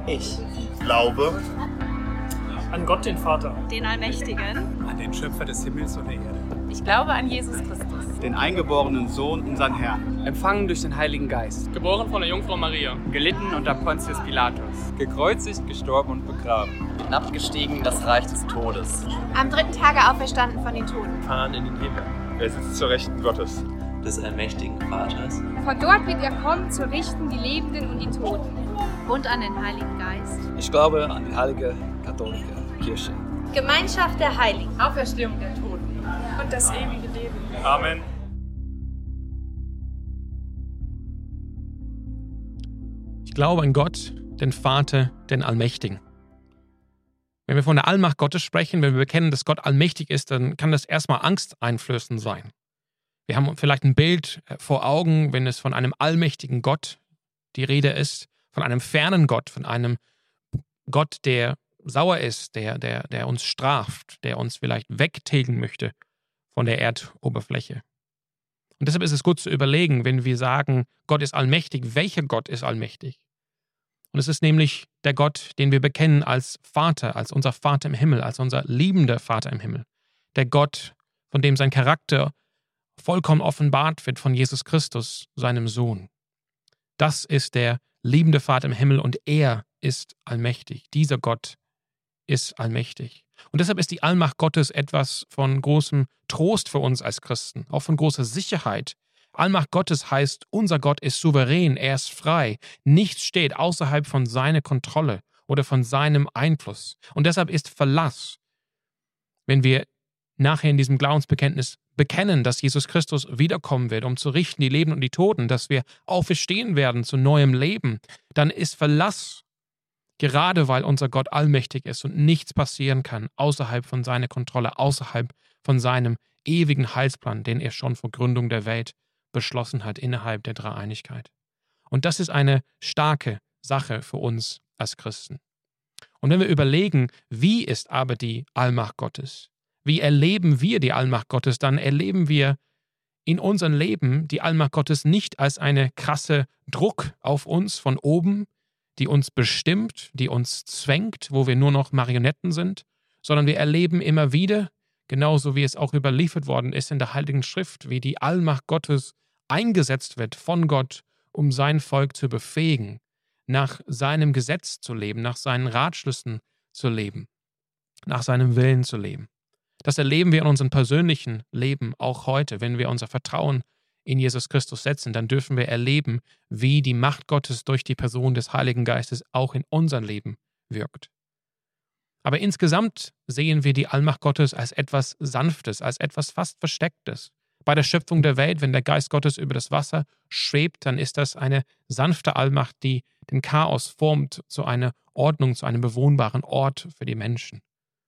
Ich glaube an Gott, den Vater, den Allmächtigen, an den Schöpfer des Himmels und der Erde. Ich glaube an Jesus Christus, den eingeborenen Sohn, unseren Herrn, empfangen durch den Heiligen Geist, geboren von der Jungfrau Maria, gelitten unter Pontius Pilatus, gekreuzigt, gestorben und begraben, hinabgestiegen in das Reich des Todes, am 3. Tage auferstanden von den Toten, fahren in den Himmel. Er sitzt zur Rechten Gottes, des allmächtigen Vaters. Von dort wird er kommen, zu richten die Lebenden und die Toten. Und an den Heiligen Geist. Ich glaube an die heilige katholische Kirche. Gemeinschaft der Heiligen. Auferstehung der Toten. Und das ewige Leben. Amen. Ich glaube an Gott, den Vater, den Allmächtigen. Wenn wir von der Allmacht Gottes sprechen, wenn wir bekennen, dass Gott allmächtig ist, dann kann das erstmal angsteinflößend sein. Wir haben vielleicht ein Bild vor Augen, wenn es von einem allmächtigen Gott die Rede ist, von einem fernen Gott, von einem Gott, der sauer ist, der uns straft, der uns vielleicht wegtilgen möchte von der Erdoberfläche. Und deshalb ist es gut zu überlegen, wenn wir sagen, Gott ist allmächtig, welcher Gott ist allmächtig? Und es ist nämlich der Gott, den wir bekennen als Vater, als unser Vater im Himmel, als unser liebender Vater im Himmel. Der Gott, von dem sein Charakter vollkommen offenbart wird von Jesus Christus, seinem Sohn. Das ist der liebende Vater im Himmel und er ist allmächtig. Dieser Gott ist allmächtig. Und deshalb ist die Allmacht Gottes etwas von großem Trost für uns als Christen, auch von großer Sicherheit. Allmacht Gottes heißt, unser Gott ist souverän, er ist frei. Nichts steht außerhalb von seiner Kontrolle oder von seinem Einfluss. Und deshalb ist Verlass, wenn wir nachher in diesem Glaubensbekenntnis bekennen, dass Jesus Christus wiederkommen wird, um zu richten die Lebenden und die Toten, dass wir auferstehen werden zu neuem Leben, dann ist Verlass, gerade weil unser Gott allmächtig ist und nichts passieren kann, außerhalb von seiner Kontrolle, außerhalb von seinem ewigen Heilsplan, den er schon vor Gründung der Welt beschlossen hat innerhalb der Dreieinigkeit. Und das ist eine starke Sache für uns als Christen. Und wenn wir überlegen, wie ist aber die Allmacht Gottes? Wie erleben wir die Allmacht Gottes? Dann erleben wir in unserem Leben die Allmacht Gottes nicht als eine krasse Druck auf uns von oben, die uns bestimmt, die uns zwängt, wo wir nur noch Marionetten sind, sondern wir erleben immer wieder, genauso wie es auch überliefert worden ist in der Heiligen Schrift, wie die Allmacht Gottes eingesetzt wird von Gott, um sein Volk zu befähigen, nach seinem Gesetz zu leben, nach seinen Ratschlüssen zu leben, nach seinem Willen zu leben. Das erleben wir in unserem persönlichen Leben auch heute. Wenn wir unser Vertrauen in Jesus Christus setzen, dann dürfen wir erleben, wie die Macht Gottes durch die Person des Heiligen Geistes auch in unserem Leben wirkt. Aber insgesamt sehen wir die Allmacht Gottes als etwas Sanftes, als etwas fast Verstecktes. Bei der Schöpfung der Welt, wenn der Geist Gottes über das Wasser schwebt, dann ist das eine sanfte Allmacht, die den Chaos formt zu einer Ordnung, zu einem bewohnbaren Ort für die Menschen.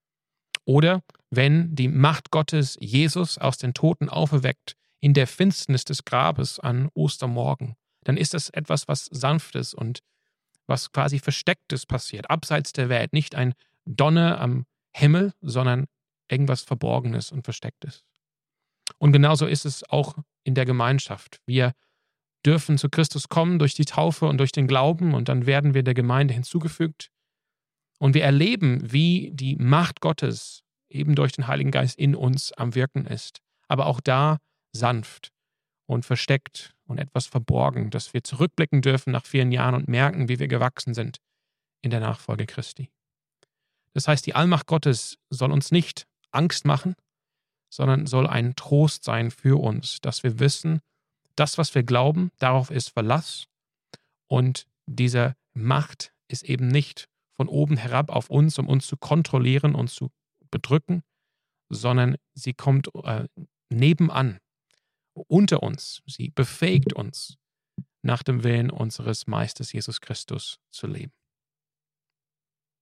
Oder wenn die Macht Gottes Jesus aus den Toten auferweckt in der Finsternis des Grabes an Ostermorgen, dann ist das etwas, was Sanftes und was quasi Verstecktes passiert, abseits der Welt. Nicht ein Donner am Himmel, sondern irgendwas Verborgenes und Verstecktes. Und genauso ist es auch in der Gemeinschaft. Wir dürfen zu Christus kommen durch die Taufe und durch den Glauben und dann werden wir der Gemeinde hinzugefügt. Und wir erleben, wie die Macht Gottes eben durch den Heiligen Geist in uns am Wirken ist. Aber auch da sanft und versteckt und etwas verborgen, dass wir zurückblicken dürfen nach vielen Jahren und merken, wie wir gewachsen sind in der Nachfolge Christi. Das heißt, die Allmacht Gottes soll uns nicht Angst machen, sondern soll ein Trost sein für uns, dass wir wissen, das, was wir glauben, darauf ist Verlass und diese Macht ist eben nicht von oben herab auf uns, um uns zu kontrollieren und zu bedrücken, sondern sie kommt nebenan, unter uns. Sie befähigt uns, nach dem Willen unseres Meisters Jesus Christus zu leben.